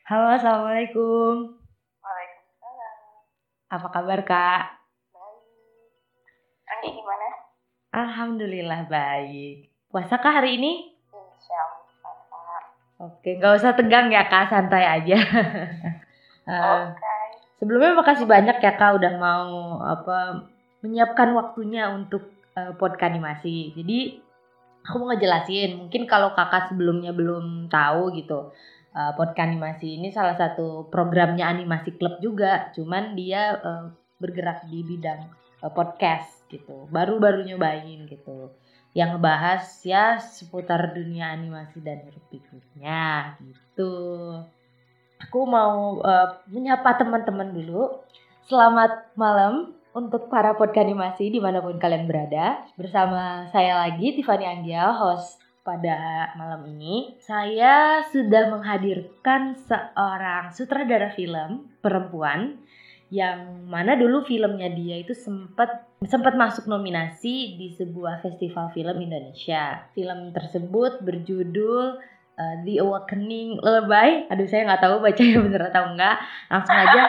Halo, Assalamualaikum. Waalaikumsalam. Apa kabar, Kak? Baik. Andi gimana? Alhamdulillah baik. Puasa Kak hari ini? Insya Allah. Oke, nggak usah tegang ya, Kak. Santai aja. Oke. Sebelumnya makasih banyak ya, Kak, udah mau menyiapkan waktunya untuk podcast animasi. Jadi, aku mau ngejelasin. Mungkin kalau Kakak sebelumnya belum tahu gitu. Podcast animasi ini salah satu programnya animasi klub juga. Cuman dia bergerak di bidang podcast gitu. Baru-baru nyobain gitu. Yang ngebahas ya seputar dunia animasi dan hiruk pikuknya gitu. Aku mau menyapa teman-teman dulu. Selamat malam untuk para podcast animasi dimanapun kalian berada. Bersama saya lagi Tiffany Anggia, host pada malam ini. Saya sudah menghadirkan seorang sutradara film perempuan yang mana dulu filmnya dia itu sempat masuk nominasi di sebuah festival film Indonesia. Film tersebut berjudul The Awakening Lullaby. Aduh, saya nggak tahu bacanya bener atau enggak. Langsung aja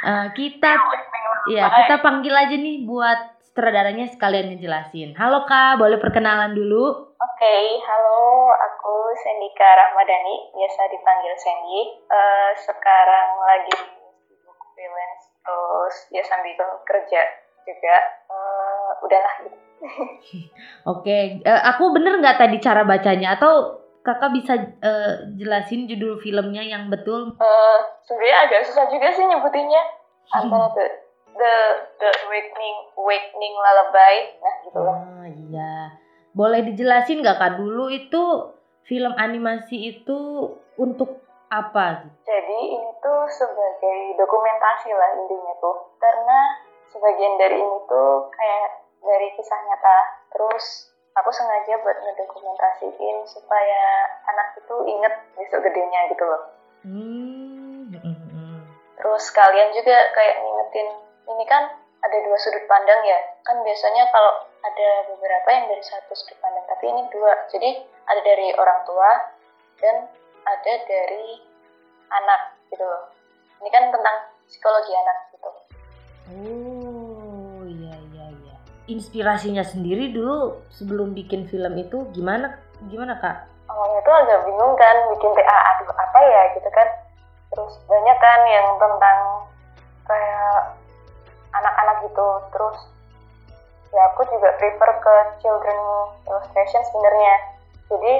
kita panggil aja nih buat sutradaranya sekalian ngejelasin. Halo Kak, boleh perkenalan dulu? Oke, halo, aku Sendika Rahmadani, biasa dipanggil Sandy. Sekarang lagi sibuk freelance, terus ya sambil kerja juga. Udahlah gitu. Oke, aku bener nggak tadi cara bacanya atau kakak bisa jelasin judul filmnya yang betul? Sebenarnya agak susah juga sih nyebutinnya. Antara the awakening lullaby, nah gitu lah. Oh iya, boleh dijelasin nggak Kak dulu itu film animasi itu untuk apa? Jadi ini tuh sebagai dokumentasi lah intinya tuh, karena sebagian dari ini tuh kayak dari kisah nyata. Terus aku sengaja buat ngedokumentasiin supaya anak itu inget besok gedenya gitu loh. Terus kalian juga kayak ngingetin, ini kan ada dua sudut pandang ya. Kan biasanya kalau ada beberapa yang dari satu sudut pandang, tapi ini dua. Jadi ada dari orang tua dan ada dari anak gitu loh. Ini kan tentang psikologi anak gitu. Oh iya. Inspirasinya sendiri dulu sebelum bikin film itu gimana Kak? Awalnya tuh agak bingung kan bikin aduh apa ya gitu kan. Terus banyak kan yang tentang kayak anak-anak gitu. Terus ya aku juga prefer ke children illustration sebenarnya. Jadi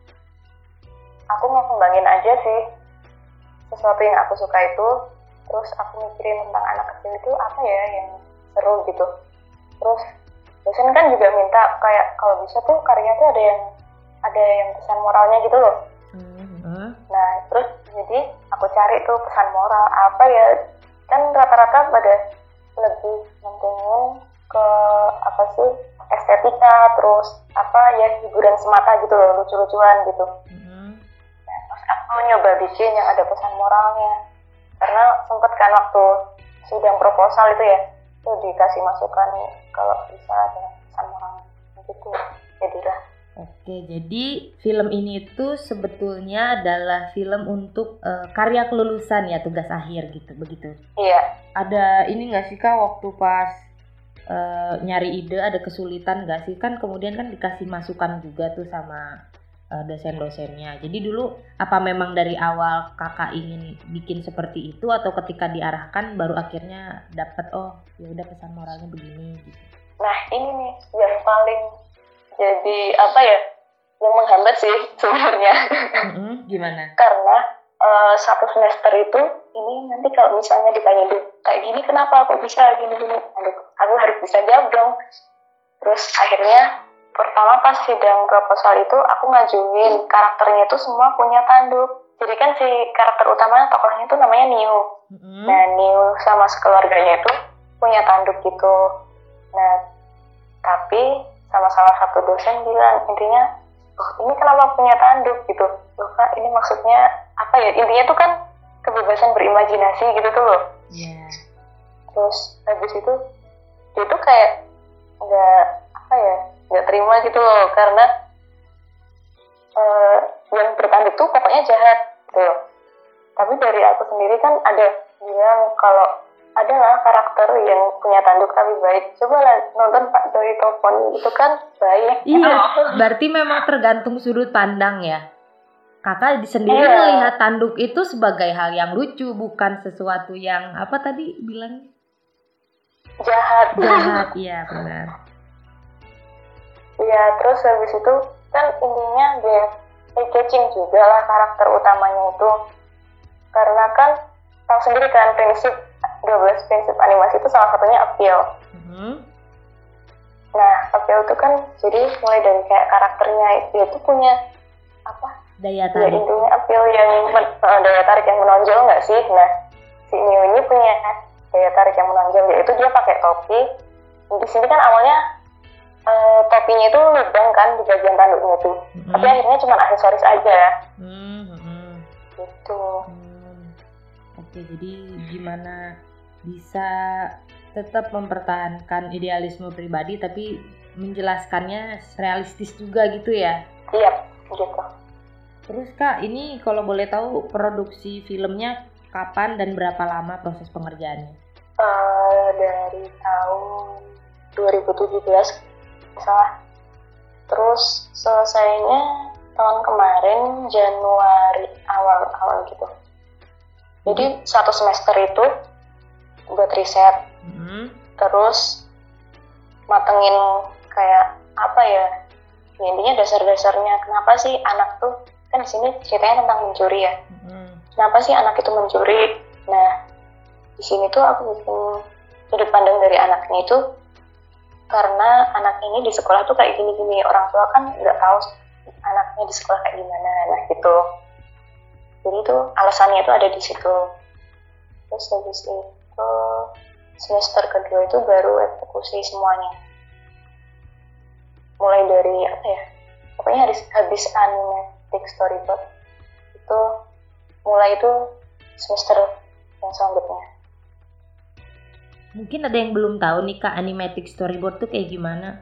aku mau kembangin aja sih sesuatu yang aku suka itu. Terus aku mikirin tentang anak kecil itu apa ya yang seru gitu. Terus dosen kan juga minta kayak kalau bisa tuh karya tuh ada yang pesan moralnya gitu loh. Nah terus jadi aku cari tuh pesan moral apa ya, kan rata-rata pada lebih mentingin ke apa sih estetika, terus apa ya hiburan semata gitu loh, lucu-lucuan gitu. Nah terus aku nyoba bikin yang ada pesan moralnya, karena sempet kan waktu sidang proposal itu ya tuh dikasih masukan kalau bisa ada pesan moralnya gitu. Jadilah. Oke, jadi film ini tuh sebetulnya adalah film untuk karya kelulusan ya, tugas akhir gitu, begitu? Iya. Ada ini nggak sih Kak waktu pas nyari ide ada kesulitan nggak sih? Kan kemudian kan dikasih masukan juga tuh sama dosen-dosennya. Jadi dulu apa memang dari awal kakak ingin bikin seperti itu atau ketika diarahkan baru akhirnya dapat ya udah pesan moralnya begini gitu? Nah ini nih yang paling jadi apa ya yang menghambat sih sebenarnya. Gimana? Karena satu semester itu ini nanti kalau misalnya ditanya kayak gini kenapa kok bisa gini, aduh aku harus bisa jawab dong. Terus akhirnya pertama pas sidang proposal itu aku ngajuin karakternya itu semua punya tanduk. Jadi kan si karakter utamanya tokohnya itu namanya Niu. Nah Niu sama sekeluarganya itu punya tanduk gitu. Nah tapi sama salah satu dosen bilang intinya, ini kenapa punya tanduk gitu. Loh Kak, ini maksudnya apa ya? Intinya tuh kan kebebasan berimajinasi gitu tuh loh. Iya. Terus habis itu dia tuh kayak nggak terima gitu loh, karena yang bertanduk tuh pokoknya jahat gitu loh. Tapi dari aku sendiri kan ada bilang kalau adalah karakter yang punya tanduk tapi baik. Cobalah nonton Pak Doi Topon, itu kan baik. Iya, berarti memang tergantung sudut pandang ya. Kakak sendiri Iya. melihat tanduk itu sebagai hal yang lucu, bukan sesuatu yang apa tadi bilang Jahat. Iya benar. Iya, terus habis itu kan intinya dia catching juga lah karakter utamanya itu. Karena kan tahu sendiri kan prinsip 12 prinsip animasi itu salah satunya appeal. Nah, appeal itu kan jadi mulai dari kayak karakternya dia tuh punya apa? Daya Ya tarik. intinya appeal yang daya tarik yang menonjol nggak sih? Nah, si Neo ini punya daya tarik yang menonjol, yaitu dia pakai topi. Di sini kan awalnya topinya itu lubang kan di bagian tanduknya tuh, tapi akhirnya cuma aksesoris aja. Gitu. Oke, jadi gimana bisa tetap mempertahankan idealisme pribadi tapi menjelaskannya realistis juga gitu ya? Iya, gitu. Terus Kak, ini kalau boleh tahu produksi filmnya kapan dan berapa lama proses pengerjaannya? Dari tahun 2017 salah. Terus selesainya tahun kemarin Januari awal gitu. Jadi 1 semester itu buat riset, terus matengin kayak apa ya, intinya dasar-dasarnya kenapa sih anak tuh, kan di sini ceritanya tentang mencuri ya. Kenapa sih anak itu mencuri? Nah, di sini tuh aku bikin sudut pandang dari anaknya itu karena anak ini di sekolah tuh kayak gini-gini, orang tua kan nggak tahu anaknya di sekolah kayak gimana, nah gitu. Jadi itu alasannya itu ada di situ. Terus habis itu semester kedua itu baru eksekusi semuanya. Mulai dari apa ya? Pokoknya habis animatic storyboard itu mulai itu semester yang selanjutnya. Mungkin ada yang belum tahu nih Kak, animatic storyboard tuh kayak gimana?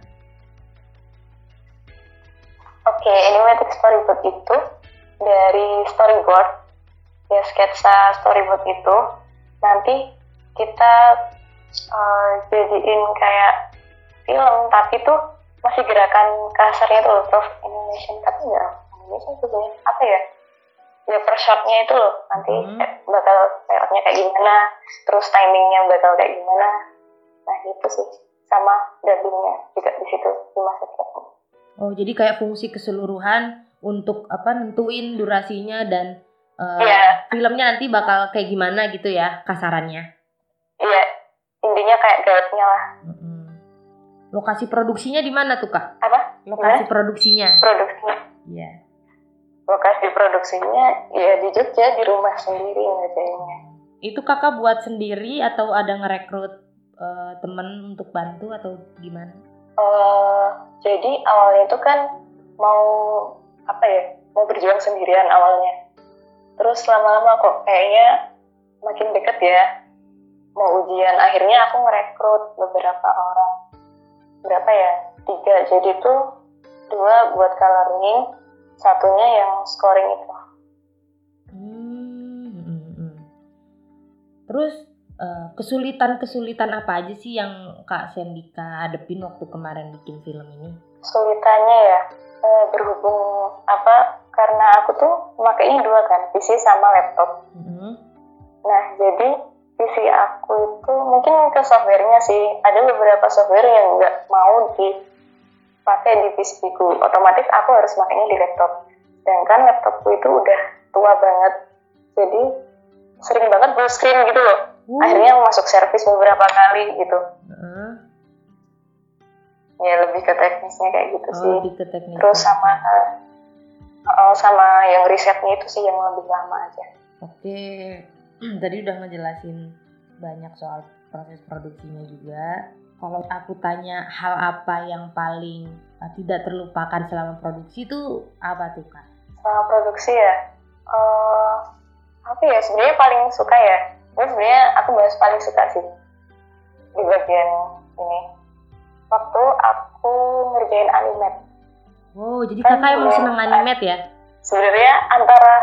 Oke, animatic storyboard itu dari storyboard, ya sketsa storyboard itu nanti kita jadiin kayak film, tapi tuh masih gerakan kasarnya tuh loh, animation, tapi nggak animation sebenarnya apa ya? Ya per shotnya itu loh, nanti bakal layoutnya kayak gimana, terus timingnya bakal kayak gimana, nah itu sih, sama dubbingnya juga di situ dimasukin. Oh, jadi kayak fungsi keseluruhan untuk apa nentuin durasinya dan filmnya nanti bakal kayak gimana gitu ya kasarannya. Iya, intinya kayak guide-nya lah. Lokasi produksinya di mana tuh Kak? Apa? Lokasi produksinya? Produksinya. Iya. Lokasi produksinya ya di Jogja, di rumah sendiri ngerjainnya. Itu Kakak buat sendiri atau ada ngerekrut temen untuk bantu atau gimana? Jadi awalnya itu kan mau berjuang sendirian awalnya. Terus lama-lama kok kayaknya makin deket ya, mau ujian. Akhirnya aku ngerekrut beberapa orang. Berapa ya? 3. Jadi tuh 2 buat coloring, satunya yang scoring itu. Terus kesulitan apa aja sih yang Kak Sendika hadepin waktu kemarin bikin film ini? Kesulitannya ya berhubung karena aku tuh makainya 2 kan, PC sama laptop. Nah jadi PC aku itu mungkin ke softwarenya sih, ada beberapa software yang nggak mau dipakai di PC ku, otomatis aku harus makainya di laptop. Sedangkan laptopku itu udah tua banget, jadi sering banget blue screen gitu loh. Akhirnya masuk servis beberapa kali gitu. Ya lebih ke teknisnya kayak gitu sih. Terus sama yang risetnya itu sih yang lebih lama aja. Oke, tadi udah ngejelasin banyak soal proses produksinya juga. Kalau aku tanya hal apa yang paling tidak terlupakan selama produksi itu apa tuh Kak? Selama produksi ya, sebenarnya paling suka ya. Ini sebenarnya aku bahas paling suka sih di bagian ini. Waktu aku ngerjain animate. Wow, jadi Kakak emang seneng animate ya? Sebenarnya antara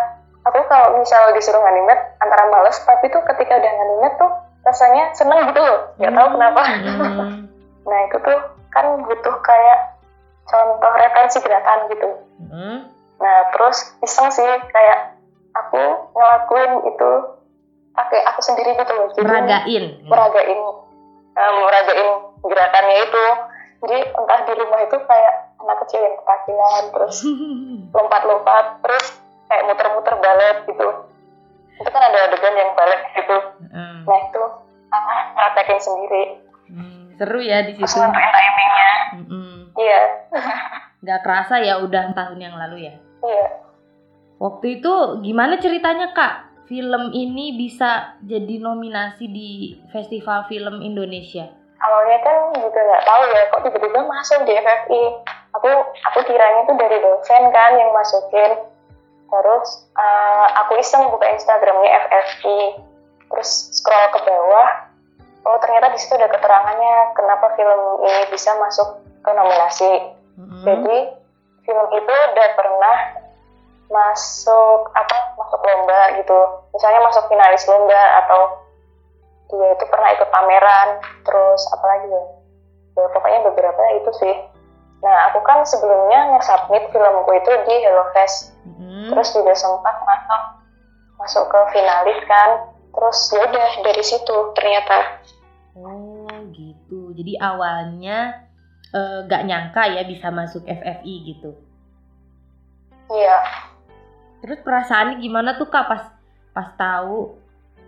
aku kalau misal disuruh nganimet antara males, tapi tuh ketika udah nganimet tuh rasanya seneng gitu loh, nggak tahu kenapa. Nah itu tuh kan butuh kayak contoh referensi gerakan gitu. Nah terus iseng sih kayak aku ngelakuin itu pakai aku sendiri gitu loh. Jadi meragain gerakannya itu. Jadi entah di rumah itu kayak anak kecil yang ketagihan, terus lompat-lompat, terus kayak muter-muter balet gitu. Itu kan ada adegan yang balet gitu. Nah itu aku praktekin sendiri. Seru ya di situ. Terus nentuin timingnya. Iya. Gak kerasa ya udah tahun yang lalu ya. Iya. Waktu itu gimana ceritanya Kak? Film ini bisa jadi nominasi di Festival Film Indonesia. Awalnya kan juga nggak tahu ya kok tiba-tiba masuk di FFI. Aku kiranya itu dari dosen kan yang masukin. Terus aku iseng buka Instagramnya FFI. Terus scroll ke bawah. Oh ternyata di situ ada keterangannya kenapa film ini bisa masuk ke nominasi. Jadi film itu udah pernah masuk lomba gitu. Misalnya masuk finalis lomba atau dia itu pernah ikut pameran, terus apalagi ya pokoknya beberapa itu sih. Nah aku kan sebelumnya nge-submit filmku itu di HelloFest, terus juga sempat masuk ke finalis kan, terus ya udah dari situ ternyata. Oh gitu, jadi awalnya gak nyangka ya bisa masuk FFI gitu. Iya. Terus perasaannya gimana tuh Kak pas tahu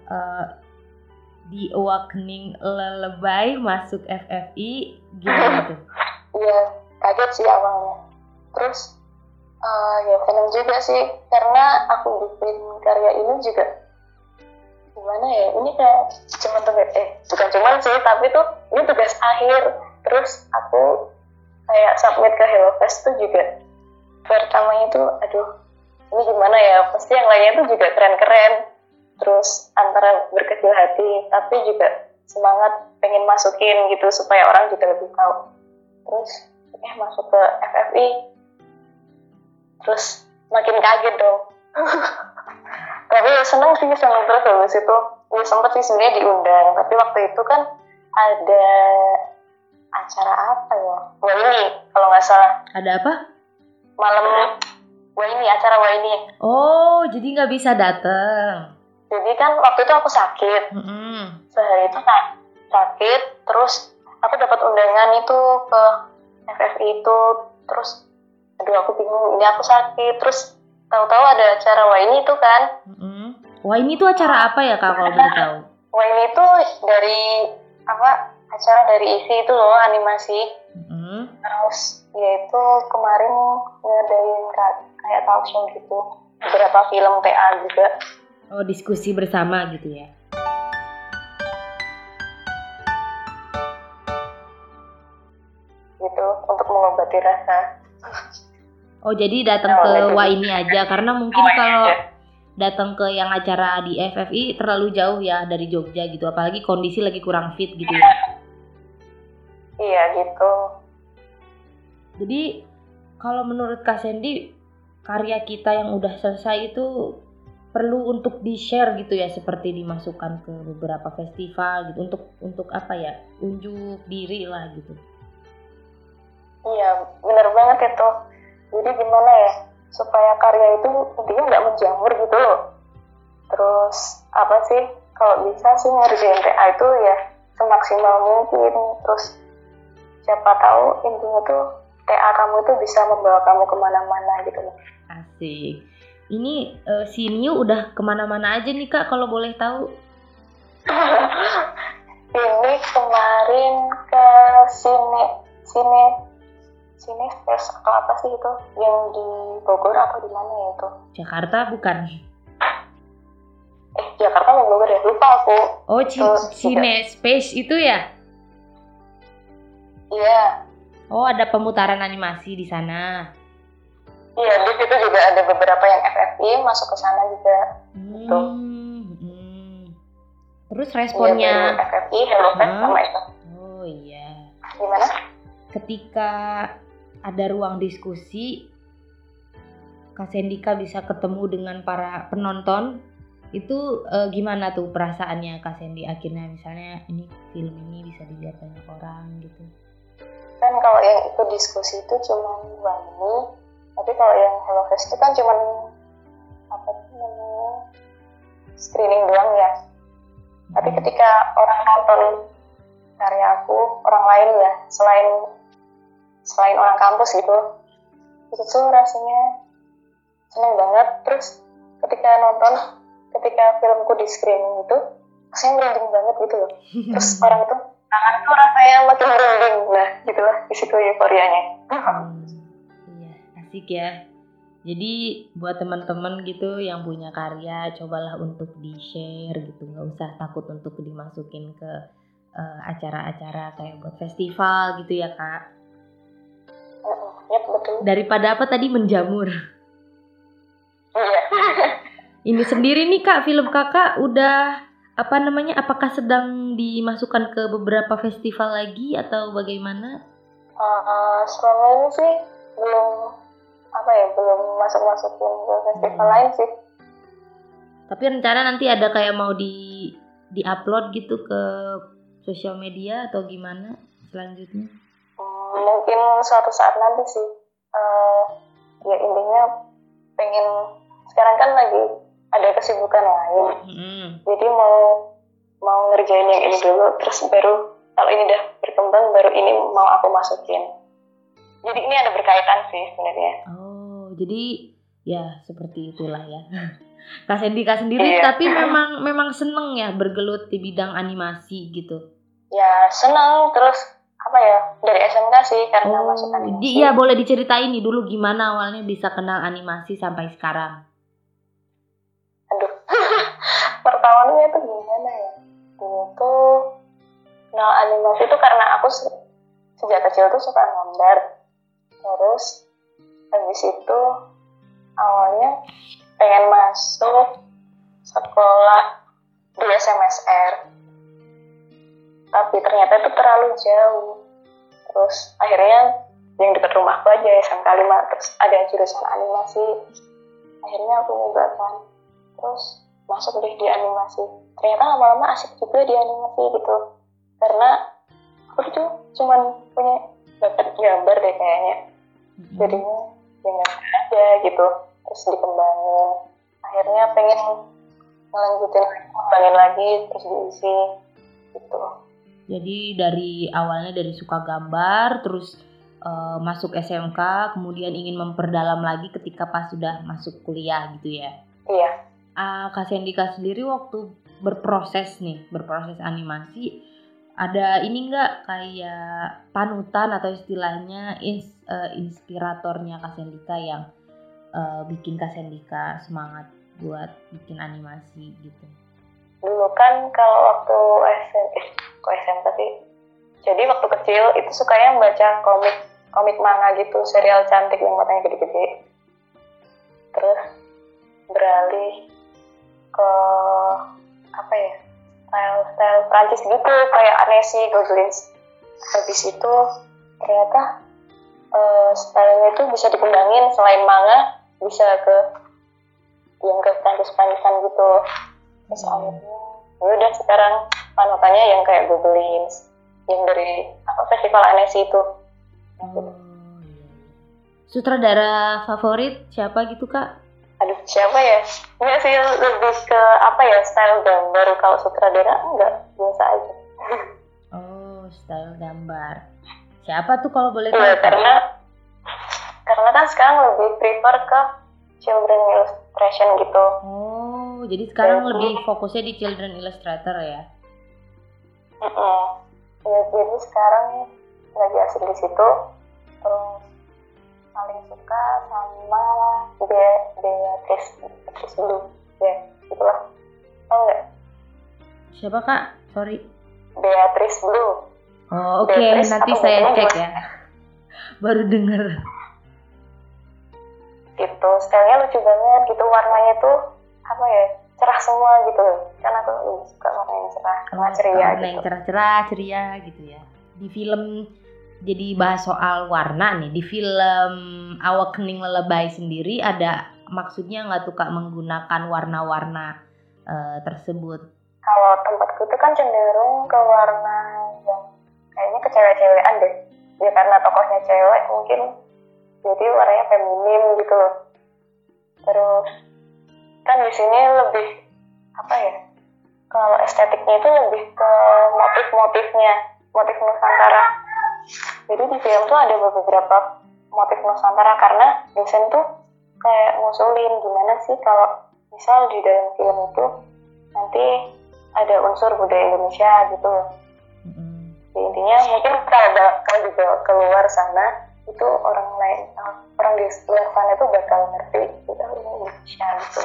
di Awakening Lebay masuk FFI gimana tuh? Iya, kaget sih awalnya. Terus ya seneng juga sih karena aku bikin karya ini juga gimana ya? Ini kayak bukan cuman sih, tapi tuh ini tugas akhir. Terus aku kayak submit ke HelloFest tuh juga pertamanya tuh ini gimana ya? Pasti yang lainnya tuh juga keren-keren. Terus antara berkecil hati tapi juga semangat pengen masukin gitu supaya orang juga lebih tahu. Terus masuk ke FFI, terus makin kaget dong. Tapi seneng terus habis itu ya sempet sih sebenarnya diundang, tapi waktu itu kan ada acara apa ya? Wah ini kalau nggak salah. Ada apa? Acara Wah ini. Oh jadi nggak bisa datang. Jadi kan waktu itu aku sakit, sehari itu sakit, terus aku dapat undangan itu ke FFI itu, terus aku bingung, ini aku sakit, terus tahu-tahu ada acara Wah ini itu kan. Wah ini tuh acara apa ya Kak kalau boleh tahu? Wah ini tuh dari acara dari ISI itu loh, animasi. Terus ya itu kemarin ngadain kayak talk show gitu, beberapa film TA juga. Oh, diskusi bersama gitu ya? Gitu, untuk mengobati rasa. Oh, jadi datang ke Wah ini aja, karena mungkin kalau datang ke yang acara di FFI terlalu jauh ya dari Jogja gitu, apalagi kondisi lagi kurang fit gitu ya? Iya gitu. Jadi, kalau menurut Kak Sandy, karya kita yang udah selesai itu perlu untuk di-share gitu ya, seperti dimasukkan ke beberapa festival gitu untuk apa ya, unjuk diri lah gitu. Iya benar banget itu. Jadi gimana ya supaya karya itu intinya nggak menjamur gitu loh. Terus apa sih kalau bisa sih ngerjain TA itu ya semaksimal mungkin. Terus siapa tahu intinya tuh TA kamu itu bisa membawa kamu kemana-mana gitu loh. Asik. Ini si Niu udah kemana-mana aja nih Kak kalau boleh tahu? Ini kemarin ke sini space atau apa sih itu yang di Bogor atau di mana ya itu? Jakarta bukan? Jakarta mau Bogor ya, lupa aku. Oh Cine Space itu ya? Iya. Oh ada pemutaran animasi di sana. Iya, di situ juga ada beberapa yang FFI masuk ke sana juga. Gitu. Terus responnya? Iya, FFI, HelloFest sama itu. Oh iya. Gimana? Ketika ada ruang diskusi, Kak Sendika bisa ketemu dengan para penonton, itu gimana tuh perasaannya Kak Sendi akhirnya misalnya ini film ini bisa dilihat banyak orang gitu? Kan kalau yang itu diskusi itu cuma Wani, tapi kalau yang HelloFest itu kan cuma apa sih namanya screening doang ya. Tapi ketika orang nonton karya aku, orang lain ya, selain orang kampus gitu, itu tuh rasanya seneng banget. Terus ketika filmku di screening itu, saya merinding banget gitu loh. Terus orang itu tangan tuh rasanya makin merinding, nah gitulah di situ euforianya. Iya, asik ya. Jadi buat teman-teman gitu yang punya karya, cobalah untuk di-share gitu, nggak usah takut untuk dimasukin ke acara-acara kayak buat festival gitu ya Kak. Yap, betul. Daripada apa tadi menjamur. Iya. Ini sendiri nih Kak, film Kakak udah apakah sedang dimasukkan ke beberapa festival lagi atau bagaimana? Selama ini sih belum masukin ke festival lain sih. Tapi rencana nanti ada kayak mau di-upload gitu ke sosial media atau gimana selanjutnya? Mungkin suatu saat nanti sih. Ya intinya pengen, sekarang kan lagi ada kesibukan lain. Jadi mau ngerjain yang ini dulu, terus baru kalau ini udah berkembang baru ini mau aku masukin. Jadi ini ada berkaitan sih sebenarnya. Oh, jadi ya seperti itulah ya. Kak Sendika sendiri tapi memang seneng ya bergelut di bidang animasi gitu. Ya seneng, terus dari SMK sih karena masuk animasi. Iya, boleh diceritain nih dulu gimana awalnya bisa kenal animasi sampai sekarang. Aduh, pertamanya itu gimana ya? Dulu tuh kenal animasi itu karena aku sejak kecil tuh suka gambar. Terus habis itu awalnya pengen masuk sekolah di SMSR, tapi ternyata itu terlalu jauh. Terus akhirnya yang dekat rumahku aja, SMK 5, terus ada jurusan animasi. Akhirnya aku nyoba kan, terus masuk deh di animasi. Ternyata lama-lama asik juga di animasi gitu, karena aku tuh cuman punya bakat gambar deh kayaknya. Jadinya ya gambar aja gitu, terus dikembangin. Akhirnya pengen ngelanjutin kembangin lagi, terus diisi gitu. Jadi dari awalnya dari suka gambar, terus masuk SMK, kemudian ingin memperdalam lagi ketika pas sudah masuk kuliah gitu ya? Iya. Kak Sendika sendiri waktu berproses animasi, ada ini nggak kayak panutan atau istilahnya inspiratornya Kak Sendika yang bikin Kak Sendika semangat buat bikin animasi gitu? Dulu kan kalau waktu SMP sih, jadi waktu kecil itu sukanya baca komik manga gitu, serial cantik yang matanya gede-gede. Terus beralih ke style Prancis gitu, kayak Annecy, Goblins. Habis itu ternyata stylenya itu bisa dikembangin, selain manga bisa ke yang ke Prancis-Prancisan gitu. Terus akhirnya udah sekarang panutannya yang kayak Goblins, yang dari festival Annecy itu. Sutradara favorit siapa gitu Kak? Aduh, siapa ya? Enggak sih, lebih ke style gambar. Kalau sutradara enggak, biasa aja. Oh, style gambar. Siapa tuh kalau boleh tahu? Iya, karena kan sekarang lebih prefer ke children illustration gitu. Oh, jadi sekarang lebih fokusnya di children illustrator ya? Ya, jadi sekarang lagi asik di situ. Terus paling suka sama Beatrice Blue, ya itulah. Tahu nggak? Siapa Kak? Sorry. Beatrice Blue. Oh oke, nanti saya cek ya. Baru denger. Gitu, stylenya lucu banget gitu, warnanya tuh cerah semua gitu. Kan aku lebih suka warna yang cerah, warna ceria gitu. Yang cerah-cerah, ceria gitu ya. Di film, jadi bahas soal warna nih, di film Awakening Lullaby sendiri ada maksudnya nggak tuh Kak menggunakan warna-warna tersebut? Kalau tempatku tuh kan cenderung ke warna yang kayaknya kecewek-cewekan deh. Ya karena tokohnya cewek mungkin jadi warnanya feminim gitu loh. Terus kan di sini lebih apa ya? Kalau estetiknya itu lebih ke motif-motifnya, motif Nusantara. Jadi di film tuh ada beberapa motif Nusantara karena dosen tuh kayak ngusulin gimana sih kalau misal di dalam film itu nanti ada unsur budaya Indonesia gitu loh. Jadi intinya mungkin kalau juga keluar sana itu orang di luar sana itu bakal ngerti kita ini Indonesia gitu.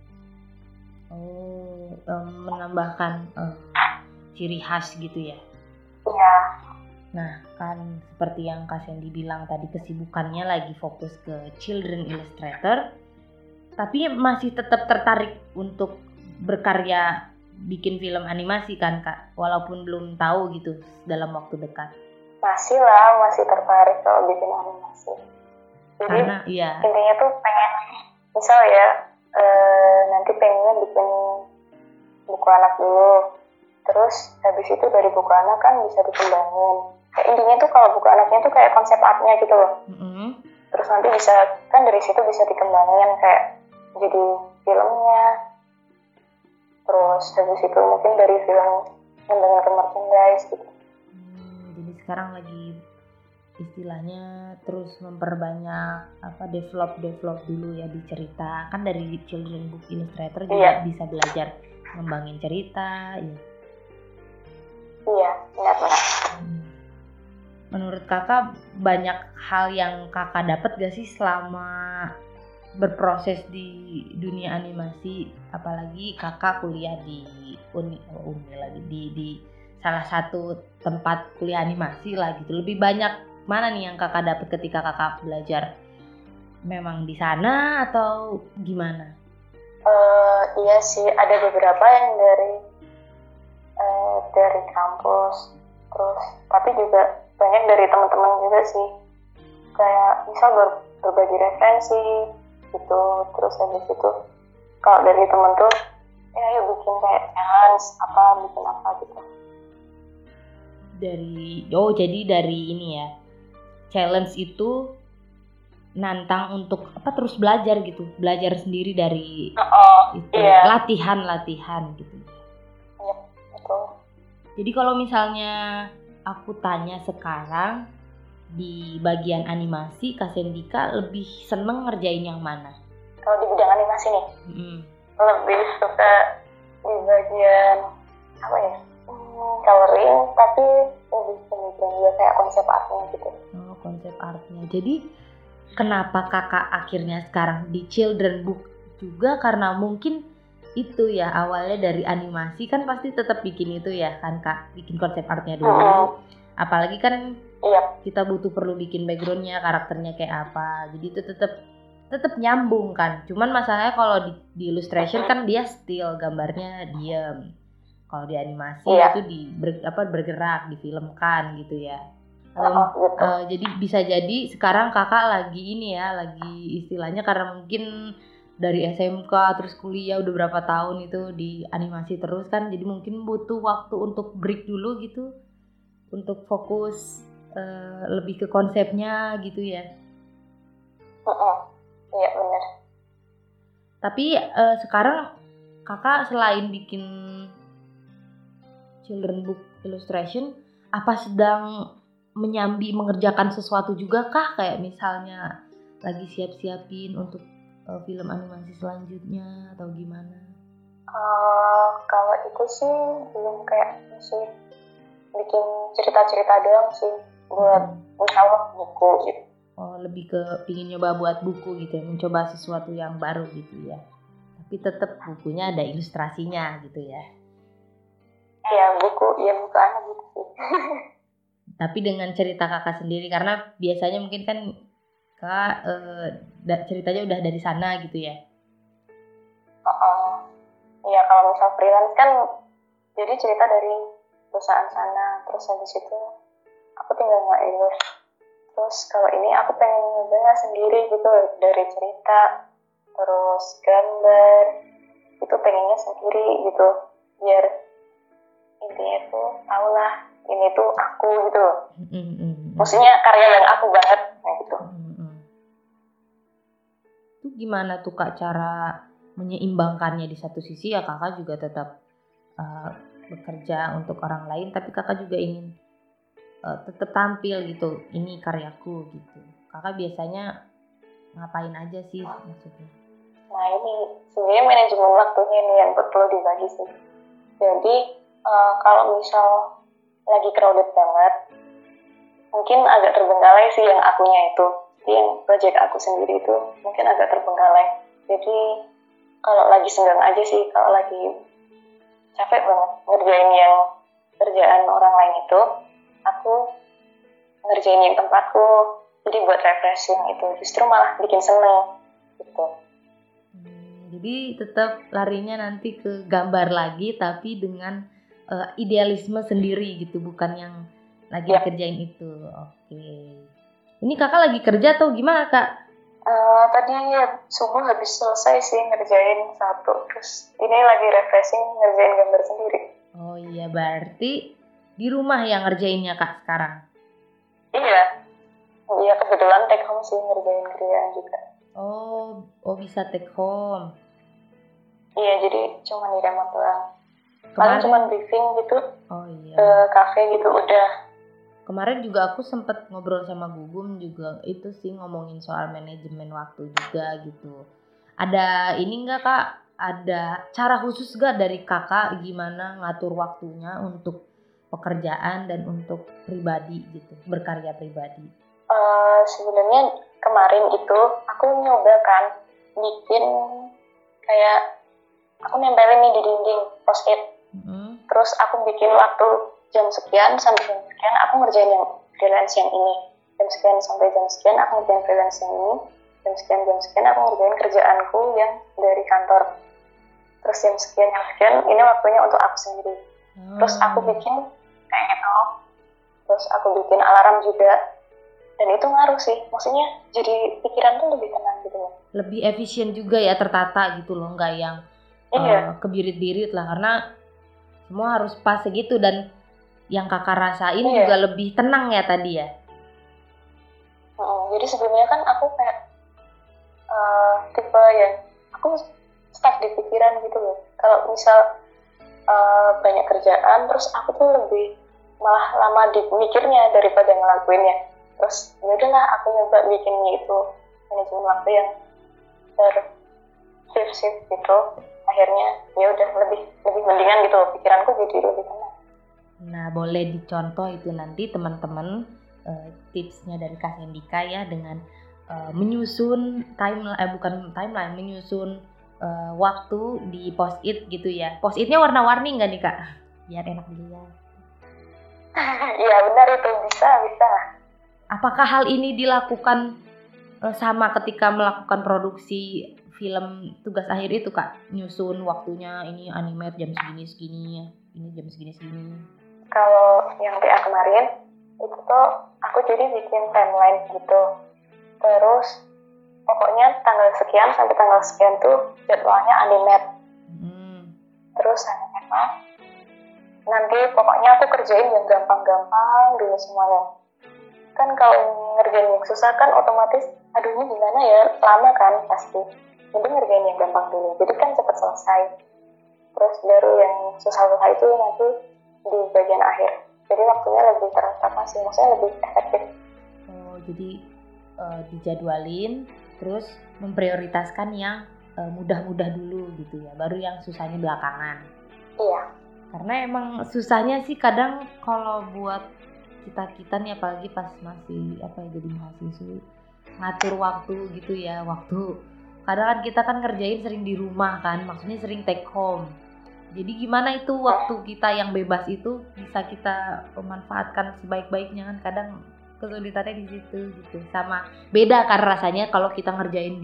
Menambahkan ciri khas gitu ya. Iya. Nah kan seperti yang Kak Sandy bilang tadi, kesibukannya lagi fokus ke children illustrator, tapi masih tetap tertarik untuk berkarya bikin film animasi kan Kak, walaupun belum tahu gitu dalam waktu dekat. Masih tertarik kalau bikin animasi. Jadi karena iya, intinya tuh pengen misal ya nanti pengennya bikin buku anak dulu, terus habis itu dari buku anak kan bisa dikembangin. Kayak intinya tuh kalau buku anaknya tuh kayak konsep artnya gitu loh. Terus nanti bisa kan dari situ bisa dikembangin kayak jadi filmnya. Terus habis itu mungkin dari film ngembangin ke merchandise gitu. Jadi sekarang lagi istilahnya terus memperbanyak develop dulu ya di cerita. Kan dari children book illustrator juga bisa belajar ngembangin cerita ya. Iya, benar. Menurut Kakak banyak hal yang Kakak dapat gak sih selama berproses di dunia animasi, apalagi Kakak kuliah di di salah satu tempat kuliah animasi lah gitu. Lebih banyak mana nih yang Kakak dapat ketika Kakak belajar memang di sana atau gimana? Iya sih, ada beberapa yang dari kampus, terus tapi juga banyak dari teman-teman juga sih, kayak misal berbagi referensi gitu. Terus habis itu kalau dari teman tuh ayo bikin kayak challenge bikin apa gitu. Jadi dari ini ya, challenge itu nantang untuk terus belajar gitu, belajar sendiri dari latihan gitu. Iya, betul. Jadi kalau misalnya aku tanya sekarang di bagian animasi, Kak Sendika lebih seneng ngerjain yang mana? Kalau di bidang animasi nih, lebih suka di bagian coloring, tapi lebih ke kayak konsep artnya gitu. Oh, konsep artnya. Jadi kenapa Kakak akhirnya sekarang di children book juga? Karena mungkin itu ya, awalnya dari animasi kan pasti tetap bikin itu ya kan Kak, bikin konsep artnya dulu. Apalagi kan kita perlu bikin backgroundnya, karakternya kayak apa. Jadi itu tetap nyambung kan. Cuman masalahnya kalau di illustration kan dia still, gambarnya diam. Kalau di animasi itu bergerak, difilmkan gitu ya. Jadi bisa jadi sekarang Kakak lagi istilahnya karena mungkin dari SMK terus kuliah udah berapa tahun itu di animasi terus kan, jadi mungkin butuh waktu untuk break dulu gitu, untuk fokus lebih ke konsepnya gitu ya. Iya benar. Tapi sekarang Kakak selain bikin children book illustration, apa sedang menyambi mengerjakan sesuatu juga kah? Kayak misalnya lagi siap-siapin untuk film animasi selanjutnya atau gimana? Kalau itu sih belum, kayak masih bikin cerita-cerita doang sih buat insya buku gitu. Oh, lebih ke pingin nyoba buat buku gitu ya, mencoba sesuatu yang baru gitu ya. Tapi tetap bukunya ada ilustrasinya gitu ya. Iya, bukannya gitu sih. Tapi dengan cerita Kakak sendiri, karena biasanya mungkin kan Kakak ceritanya udah dari sana gitu ya. Iya, kalau misal freelance kan jadi cerita dari perusahaan sana, terus habis itu aku tinggal nge-ilus. Terus kalau ini aku pengen nyoba sendiri gitu dari cerita. terus gambar, itu pengennya sendiri gitu, biar intinya tuh tau lah ini tuh aku gitu, maksudnya karya yang aku banget gitu. Itu gimana tuh Kak cara menyeimbangkannya? Di satu sisi ya Kakak juga tetap bekerja untuk orang lain, tapi Kakak juga ingin tetap tampil gitu, ini karyaku gitu. Kakak biasanya ngapain aja sih maksudnya? Nah ini sebenarnya manajemen waktunya nih yang perlu dibagi sih. Jadi kalau misal lagi crowded banget, mungkin agak terbengkalai sih yang akunya itu. Jadi yang project aku sendiri itu mungkin agak terbengkalai. Jadi kalau lagi senggang aja sih, kalau lagi capek banget ngerjain yang kerjaan orang lain itu, aku ngerjain yang tempatku. Jadi buat refreshing itu justru malah bikin seneng gitu. Jadi tetap larinya nanti ke gambar lagi, tapi dengan idealisme sendiri gitu, bukan yang lagi kerjain itu. Oke. Ini Kakak lagi kerja atau gimana Kak? Tadi subuh habis selesai sih ngerjain satu, terus ini lagi refreshing ngerjain gambar sendiri. Oh iya, berarti di rumah yang ngerjainnya Kak sekarang? Iya kebetulan take home sih ngerjain kerjaan juga. Oh bisa take home. Iya, jadi cuma di remote doang. Paling cuma briefing gitu. Oh iya. Ke kafe gitu udah. Kemarin juga aku sempet ngobrol sama Gugum juga itu sih, ngomongin soal manajemen waktu juga gitu. Ada ini enggak Kak? Ada cara khusus gak dari Kakak gimana ngatur waktunya untuk pekerjaan dan untuk pribadi gitu, berkarya pribadi? Sebenarnya kemarin itu aku nyoba kan bikin kayak aku nempelin nih di dinding post-it. Terus aku bikin waktu jam sekian sampai jam sekian aku ngerjain yang freelance yang ini, jam sekian sampai jam sekian aku ngerjain freelance yang ini, jam sekian aku ngerjain kerjaanku yang dari kantor. Terus jam sekian ini waktunya untuk aku sendiri. Terus aku bikin kayak gitu, terus aku bikin alarm juga, dan itu ngaruh sih, maksudnya jadi pikiran tuh lebih tenang gitu loh, lebih efisien juga ya, tertata gitu loh, nggak yang kebirit-birit lah, karena semua harus pas segitu. Dan yang Kakak rasain juga lebih tenang ya tadi ya. Jadi sebelumnya kan aku kayak tipe yang aku stuck di pikiran gitu loh. Kalau misal banyak kerjaan, terus aku tuh lebih malah lama di mikirnya daripada ngelakuinnya. Terus yaudahlah aku nyoba bikinnya itu manajemen waktu yang shift gitu. Akhirnya ya udah lebih mendingan gitu, pikiranku jadi lebih tenang. Nah, boleh dicontoh itu nanti teman-teman tipsnya dari Kak Hendika ya, dengan menyusun menyusun waktu di post-it gitu ya. Post-itnya warna-warni nggak nih Kak? Biar enak dilihat. Iya benar itu, bisa. Apakah hal ini dilakukan sama ketika melakukan produksi film Tugas Akhir itu Kak? Nyusun waktunya, ini animate jam segini, ini jam segini. Kalau yang TA kemarin itu tuh aku jadi bikin timeline gitu. Terus pokoknya tanggal sekian sampai tanggal sekian tuh jadwalnya animate. Terus nanti pokoknya aku kerjain yang gampang-gampang dulu semuanya. Kan kalau ngerjain yang susah kan otomatis aduhnya gimana ya, lama kan pasti. Jadi ngerjain yang gampang dulu, jadi kan cepat selesai. Terus baru yang susah-susah itu nanti di bagian akhir. Jadi waktunya lebih tertata sih, maksudnya lebih efektif. Oh, jadi dijadwalin, terus memprioritaskan yang mudah-mudah dulu gitu ya, baru yang susahnya belakangan. Iya. Karena emang susahnya sih kadang kalau buat kita nih, apalagi pas masih jadi mahasiswa, ngatur waktu gitu ya. Waktu kadang kan kita kan ngerjain sering di rumah kan, maksudnya sering take home. Jadi gimana itu waktu kita yang bebas itu bisa kita memanfaatkan sebaik-baiknya kan, kadang kesulitannya di situ gitu. Sama beda kan rasanya kalau kita ngerjain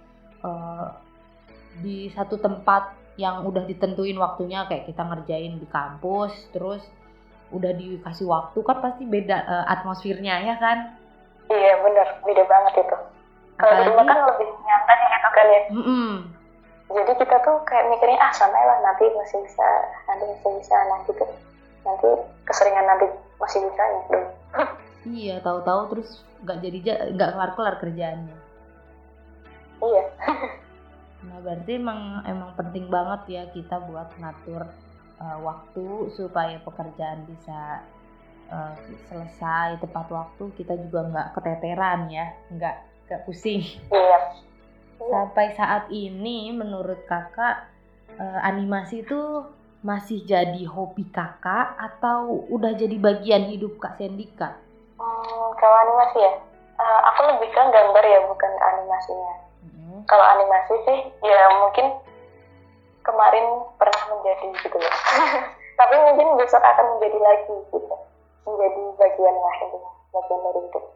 di satu tempat yang udah ditentuin waktunya, kayak kita ngerjain di kampus terus udah dikasih waktu, kan pasti beda atmosfernya ya kan? Iya benar, beda banget itu. Kalau di rumah kan lebih nyantai gitu kan ya. Jadi kita tuh kayak mikirnya santai lah, nanti masih bisa. Nah gitu. Nanti keseringan nanti masih bisa ya. Iya, tahu-tahu terus nggak kelar-kelar kerjaannya. Iya. Nah berarti emang penting banget ya kita buat ngatur waktu supaya pekerjaan bisa selesai tepat waktu, kita juga nggak keteteran ya, nggak pusing. Iya. Sampai saat ini menurut kakak animasi itu masih jadi hobi kakak atau udah jadi bagian hidup Kak Sendika? Kalau animasi ya, aku lebih ke gambar ya, bukan ke animasinya. Kalau animasi sih ya mungkin kemarin pernah menjadi gitu ya. Tapi mungkin besok akan menjadi lagi gitu. Menjadi bagian lah itu, bagian dari hidup.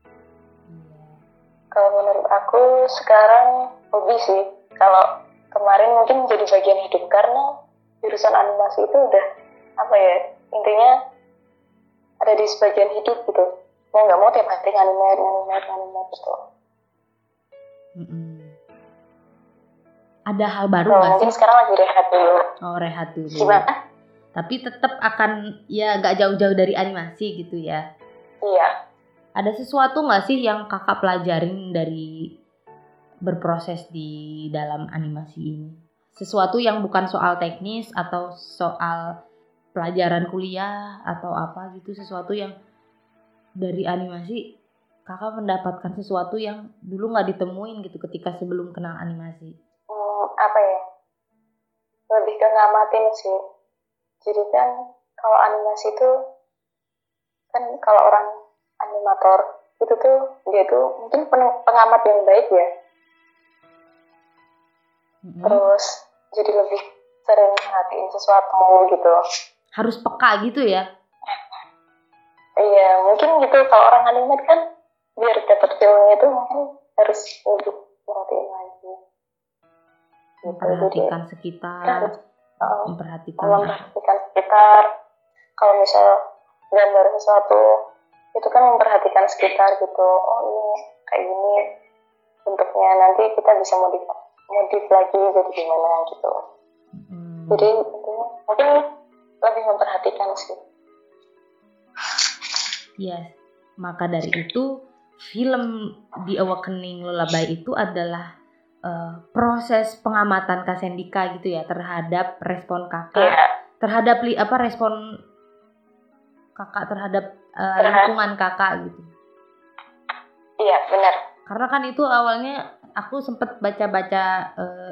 Kalau menurut aku sekarang hobi sih. Kalau kemarin mungkin jadi bagian hidup karena jurusan animasi itu udah apa ya, intinya ada di sebagian hidup gitu. Mau nggak mau tiap hari animate gitu. Ada hal baru nggak sih? Mungkin sekarang lagi rehat dulu. Oh, rehat dulu. Gimana? Tapi tetap akan ya nggak jauh-jauh dari animasi gitu ya? Iya. Ada sesuatu nggak sih yang kakak pelajarin dari berproses di dalam animasi ini? Sesuatu yang bukan soal teknis atau soal pelajaran kuliah atau apa gitu, sesuatu yang dari animasi kakak mendapatkan sesuatu yang dulu nggak ditemuin gitu ketika sebelum kenal animasi. Apa ya, lebih ke ngamatin sih. Jadi kan kalau animasi itu kan kalau orang animator itu tuh dia tuh mungkin pengamat yang baik ya. Terus jadi lebih sering perhatiin sesuatu gitu. Harus peka gitu ya? Iya, mungkin gitu. Kalau orang animat kan biar dapat feelnya itu mungkin harus lebih perhatiin lagi. Memperhatikan sekitar, memperhatikan sekitar. Kalau misal gambar sesuatu itu kan memperhatikan sekitar gitu. Oh ini kayak gini bentuknya, nanti kita bisa modif lagi jadi gimana gitu. Jadi mungkin lebih memperhatikan sih. Yes, maka dari itu film The Awakening Lullaby itu adalah proses pengamatan Kak Sendika gitu ya terhadap respon kakak, terhadap respon kakak terhadap lingkungan kakak gitu. Iya benar. Karena kan itu awalnya aku sempet baca-baca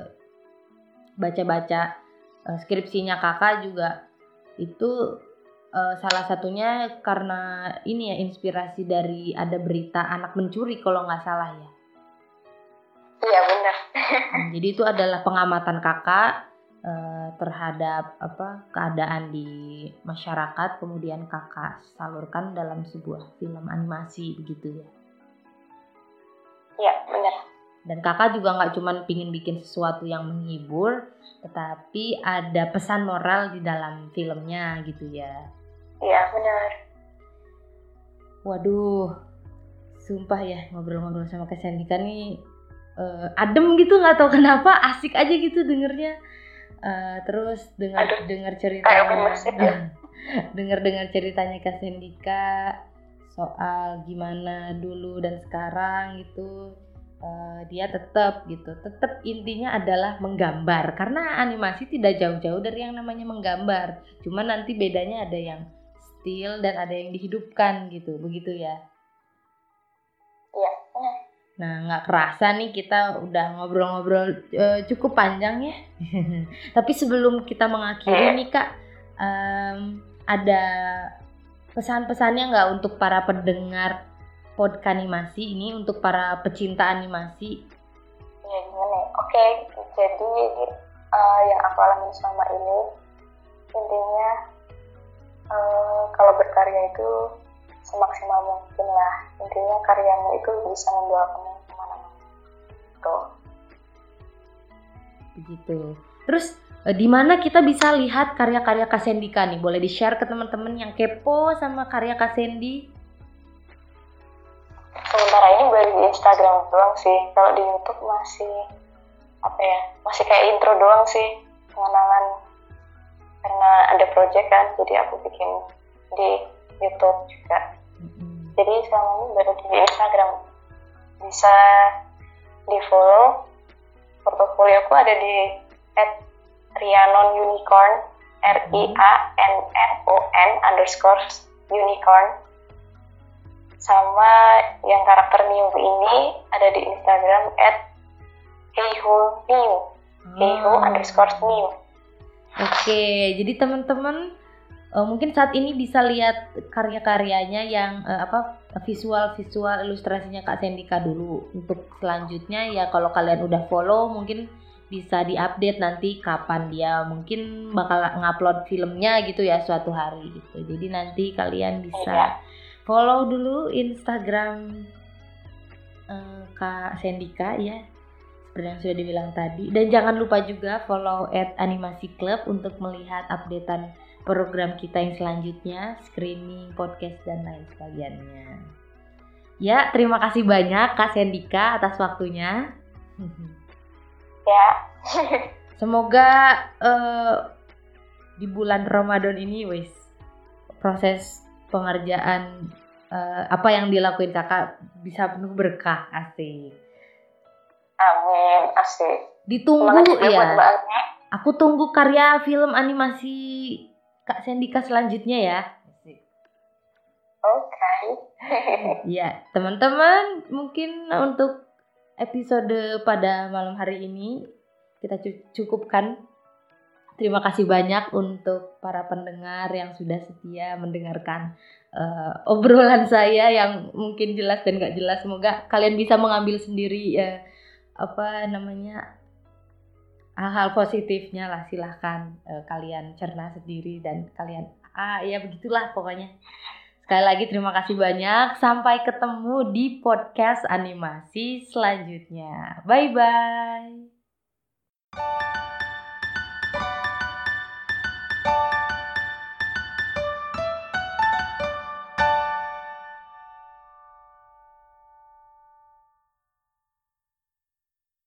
skripsinya kakak juga itu salah satunya karena ini ya inspirasi dari ada berita anak mencuri kalau nggak salah ya. Iya benar. Jadi itu adalah pengamatan kakak terhadap keadaan di masyarakat, kemudian kakak salurkan dalam sebuah film animasi begitu ya. Iya benar. Dan kakak juga nggak cuma pingin bikin sesuatu yang menghibur, tetapi ada pesan moral di dalam filmnya gitu ya. Iya benar. Waduh, sumpah ya ngobrol-ngobrol sama Kak Sendika nih adem gitu, nggak tahu kenapa asik aja gitu dengernya. Terus dengar ceritanya, dengar ceritanya Kak Sendika soal gimana dulu dan sekarang gitu. Dia tetap intinya adalah menggambar, karena animasi tidak jauh-jauh dari yang namanya menggambar, cuma nanti bedanya ada yang still dan ada yang dihidupkan gitu, begitu ya. Iya benar. Nah nggak kerasa nih kita udah ngobrol-ngobrol cukup panjang ya. Tapi sebelum kita mengakhiri nih Kak, ada pesan-pesannya nggak untuk para pendengar podcast animasi ini, untuk para pecinta animasi? Ya gimana? Oke, jadi yang aku alami selama ini intinya kalau berkarya itu semaksimal mungkin lah. Intinya karyamu itu bisa membawa kamu kemana-mana. Tuh. Begitu. Terus di mana kita bisa lihat karya-karya Kak Sendika nih? Boleh di-share ke teman-teman yang kepo sama karya Kak Sendi? sementara ini baru di Instagram doang sih. Kalau di YouTube masih masih kayak intro doang sih, pengenalan, karena ada project kan, jadi aku bikin di YouTube juga. Jadi selama ini baru di Instagram. Bisa di follow, portofolioku ada di @rianonunicorn, RIANNON_unicorn. Sama yang karakter Miu ini ada di Instagram @heyhomiu, heyho_miu. Oke, jadi teman-teman mungkin saat ini bisa lihat karya-karyanya yang visual ilustrasinya Kak Sendika dulu. Untuk selanjutnya ya kalau kalian udah follow mungkin bisa diupdate nanti kapan dia mungkin bakal ngupload filmnya gitu ya suatu hari gitu. Jadi nanti kalian bisa follow dulu Instagram Kak Sendika ya, seperti yang sudah dibilang tadi. Dan jangan lupa juga follow @animasi_club untuk melihat updatean program kita yang selanjutnya, screening, podcast, dan lain sebagainya. Ya, terima kasih banyak Kak Sendika atas waktunya. Ya. Semoga di bulan Ramadan ini proses pengerjaan apa yang dilakuin kakak bisa penuh berkah. Asik. Amin, asik. Ditunggu ya. Aku tunggu karya film animasi Kak Sendika selanjutnya ya. Oke. Ya, teman-teman, mungkin untuk episode pada malam hari ini kita cukupkan. Terima kasih banyak untuk para pendengar yang sudah setia mendengarkan obrolan saya yang mungkin jelas dan gak jelas. Semoga kalian bisa mengambil sendiri hal-hal positifnya lah. Silahkan kalian cerna sendiri dan kalian ya begitulah pokoknya. Sekali lagi terima kasih banyak. Sampai ketemu di podcast animasi selanjutnya. Bye bye.